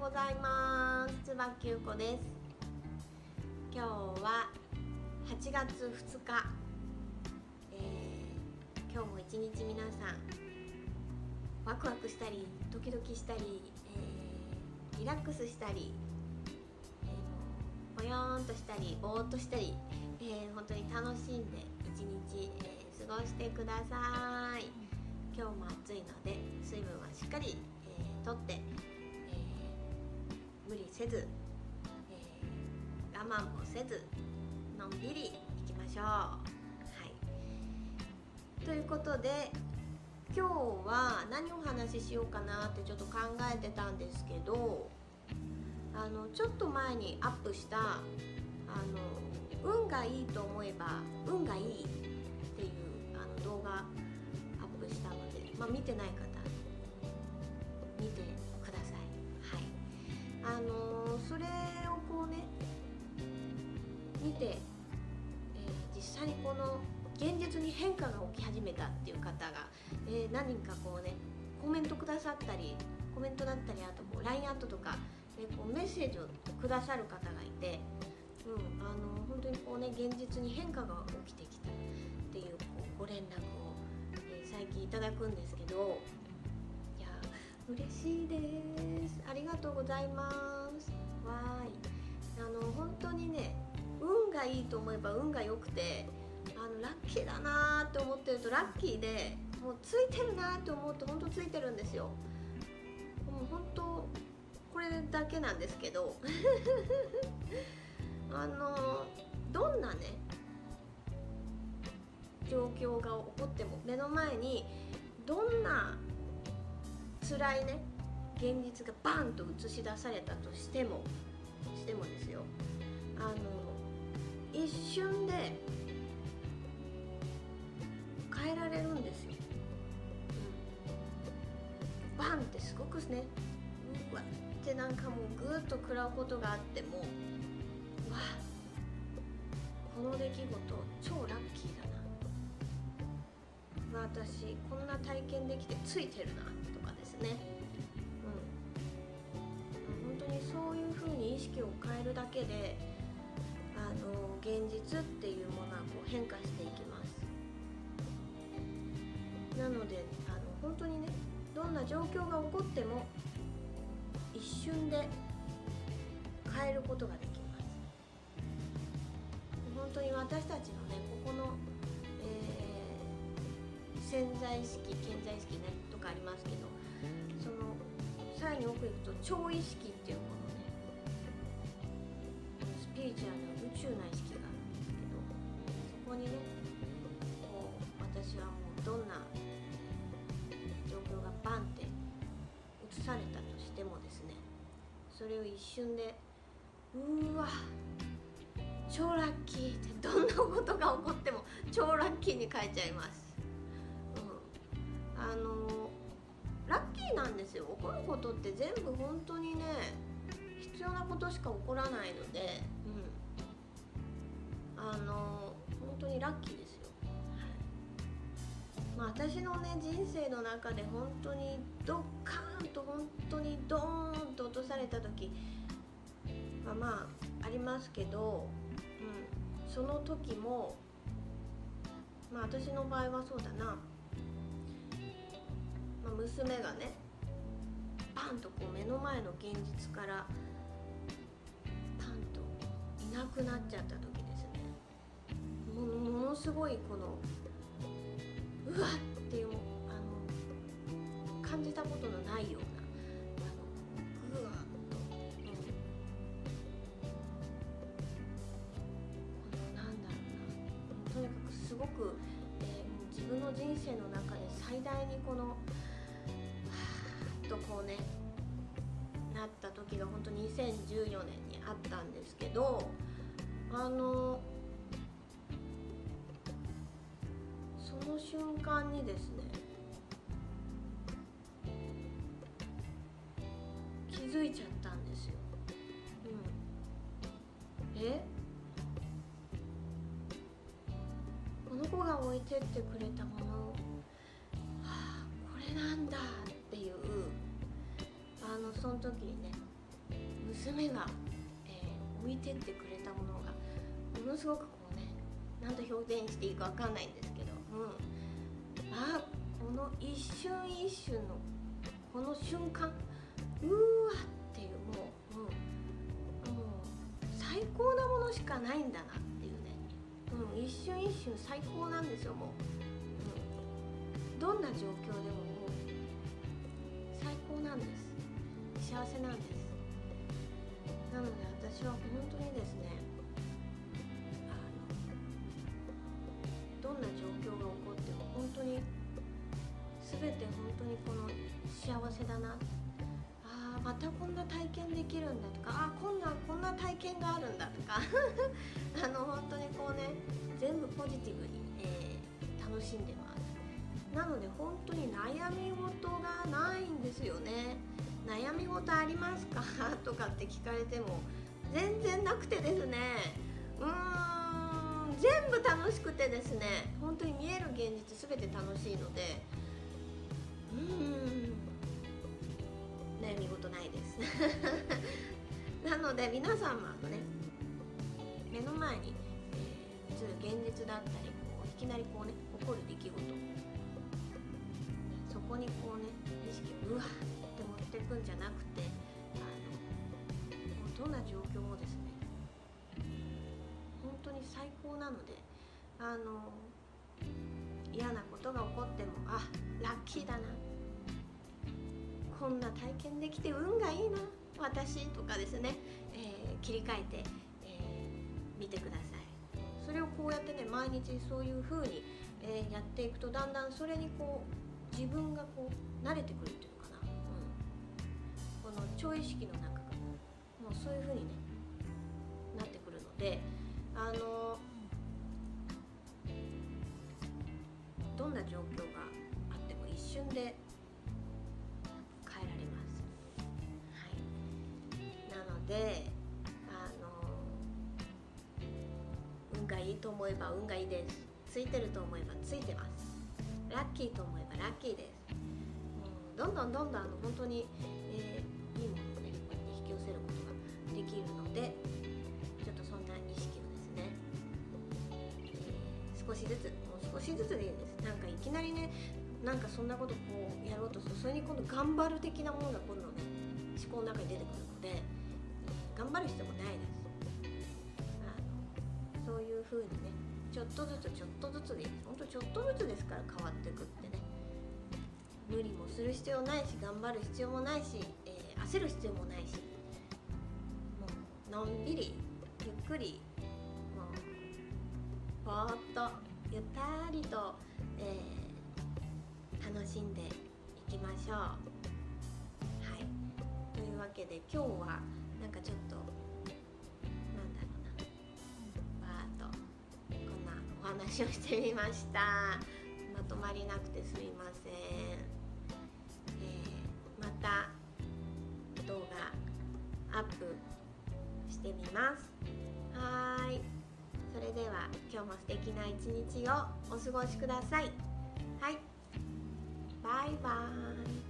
ございます。椿優子です。今日は8月2日、今日も一日皆さんワクワクしたりドキドキしたり、リラックスしたり、ぽよーんとしたりぼーっとしたり、本当に楽しんで一日、過ごしてください。今日も暑いので水分はしっかり、とって、無理せず、我慢もせずのんびりいきましょう。はい、ということで今日は何をお話ししようかなってちょっと考えてたんですけど、ちょっと前にアップした運がいいと思えば運がいいっていう動画アップしたので、見てない方見てください。はい、それをこうね見て、実際にこの現実に変化が起き始めたっていう方が、何人かこうねコメントくださったり、コメントだったり、あとこう LINE アットとか、こうメッセージをくださる方がいて、本当にこうね現実に変化が起きてきたっていう、ご連絡を、最近いただくんですけど、いや嬉しいです。ありがとうございます。わーい。本当にね運がいいと思えば運が良くて、ラッキーだなって思ってるとラッキーで、もうついてるなって思うと本当ついてるんですよ。もう本当これだけなんですけどどんなね状況が起こっても、目の前にどんな辛いね現実がバンと映し出されたとしてもですよ、一瞬で変えられるんですよ。バンってすごくね、うわってなんかもうぐーっと食らうことがあっても、わこの出来事超ラッキーだな、私こんな体験できてついてるなとかですね、本当にそういう風に意識を変えるだけで現実っていうものはこう変化していきます。なので本当にねどんな状況が起こっても一瞬で変えることができます。本当に私たちのねここの、潜在意識潜在意識ねとかありますけど、そのさらに奥行くと超意識っていうものね、スピリチュアルな宇宙な意識があるんですけど、そこにねこう私はもうどんな状況がバンって映されたとしてもですね、それを一瞬でうわ超ラッキーって、どんなことが起こっても超ラッキーに変えちゃいます。ラッキーなんですよ。起こることって全部本当にね必要なことしか起こらないので、本当にラッキーですよ。私のね人生の中で本当にドッカーンと本当にドーンと落とされた時はありますけど、その時も私の場合はそうだな、娘がねパンとこう目の前の現実からパンといなくなっちゃった時ですね、ものすごいこのうわっていう感じたことのないようなぐわっと、なんだろうな、とにかくすごく、自分の人生の中で最大にこのはーっとこうねなった時が本当に2014年にあったんですけど、その瞬間にですね気づいちゃったんですよ。この子が置いてってくれたもの、これなんだっていうその時にね娘が、置いてってくれたものがものすごくこうね、なんと表現していいかわかんないんですけど、この一瞬一瞬のこの瞬間、うわっていう、もう最高なものしかないんだなっていうね、一瞬一瞬最高なんですよ。もう、どんな状況でももう最高なんです。幸せなんです。なので私は本当にですね、どんな状況が起こっても本当に全て本当にこの幸せだな、またこんな体験できるんだとか、こんな体験があるんだとか本当にこうね、全部ポジティブに、楽しんでます。なので本当に悩み事がないんですよね。悩み事ありますかとかって聞かれても全然なくてですね、全部楽しくてですね、本当に見える現実全て楽しいので、悩み事ないですなので皆様のね、目の前に、映る現実だったり、こういきなりこうね起こる出来事、そこにこうね意識をうわって持っていくんじゃなくて、どんな状況もですね、本当に最高なので、嫌なことが起こってもラッキーだな、こんな体験できて運がいいな私とかですね、切り替えて、見てください。それをこうやってね、毎日そういう風に、やっていくと、だんだんそれにこう自分がこう慣れてくるっていうのかな、この超意識の中がもうそういう風にねなってくるので、どんな状況があっても一瞬で変えられます。なので運がいいと思えば運がいいです。ついてると思えばついてます。ラッキーと思えばラッキーです。どんどん本当に、いいものをね、こうやって引き寄せることができるので、ちょっとそんな意識をですね、少しずつ、もう少しずつでいいです。なんかいきなりね、なんかそんなことこうやろうとすると、それに今度頑張る的なものが今度ね、思考の中に出てくるので、頑張る必要もないです。そういう風にね、ちょっとずつでいいです。ほんとちょっとずつですから変わっていくってね。無理もする必要ないし、頑張る必要もないし、焦る必要もないし、もうのんびりゆっくり、もうぼーっとゆったりと、楽しんでいきましょう。はい、というわけで今日はなんかちょっとお話をしてみました。まとまりなくてすみません。また動画アップしてみます。はい、それでは今日も素敵な一日をお過ごしください。はい、バイバーイ。